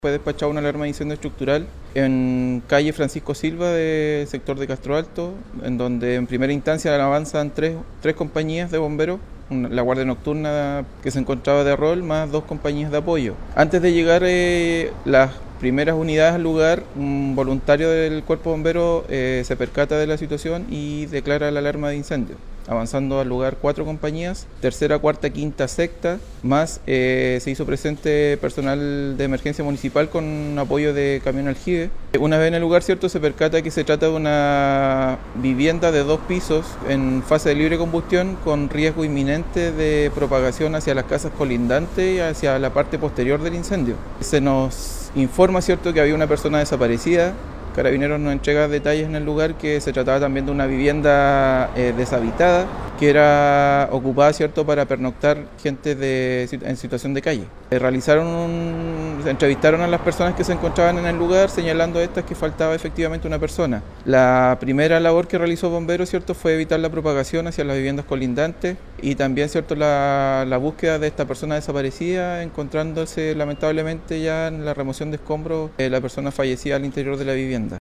Fue despachada una alarma de incendio estructural en calle Francisco Silva del sector de Castro Alto, en donde en primera instancia avanzan tres compañías de bomberos, la Guardia Nocturna que se encontraba de rol, más dos compañías de apoyo. Antes de llegar las primeras unidades al lugar, un voluntario del cuerpo bombero se percata de la situación y declara la alarma de incendio. Avanzando al lugar 4 compañías, tercera, cuarta, quinta, sexta, más se hizo presente personal de emergencia municipal con apoyo de camión aljibe. Una vez en el lugar, cierto, se percata que se trata de una vivienda de 2 pisos en fase de libre combustión con riesgo inminente de propagación hacia las casas colindantes y hacia la parte posterior del incendio. Se nos informa, cierto, que había una persona desaparecida. Carabineros nos entrega detalles en el lugar que se trataba también de una vivienda deshabitada que era ocupada, cierto, para pernoctar gente en situación de calle. Entrevistaron a las personas que se encontraban en el lugar, señalando a estas que faltaba efectivamente una persona. La primera labor que realizó Bomberos, cierto, fue evitar la propagación hacia las viviendas colindantes y también, cierto, la búsqueda de esta persona desaparecida, encontrándose lamentablemente ya en la remoción de escombros la persona fallecida al interior de la vivienda.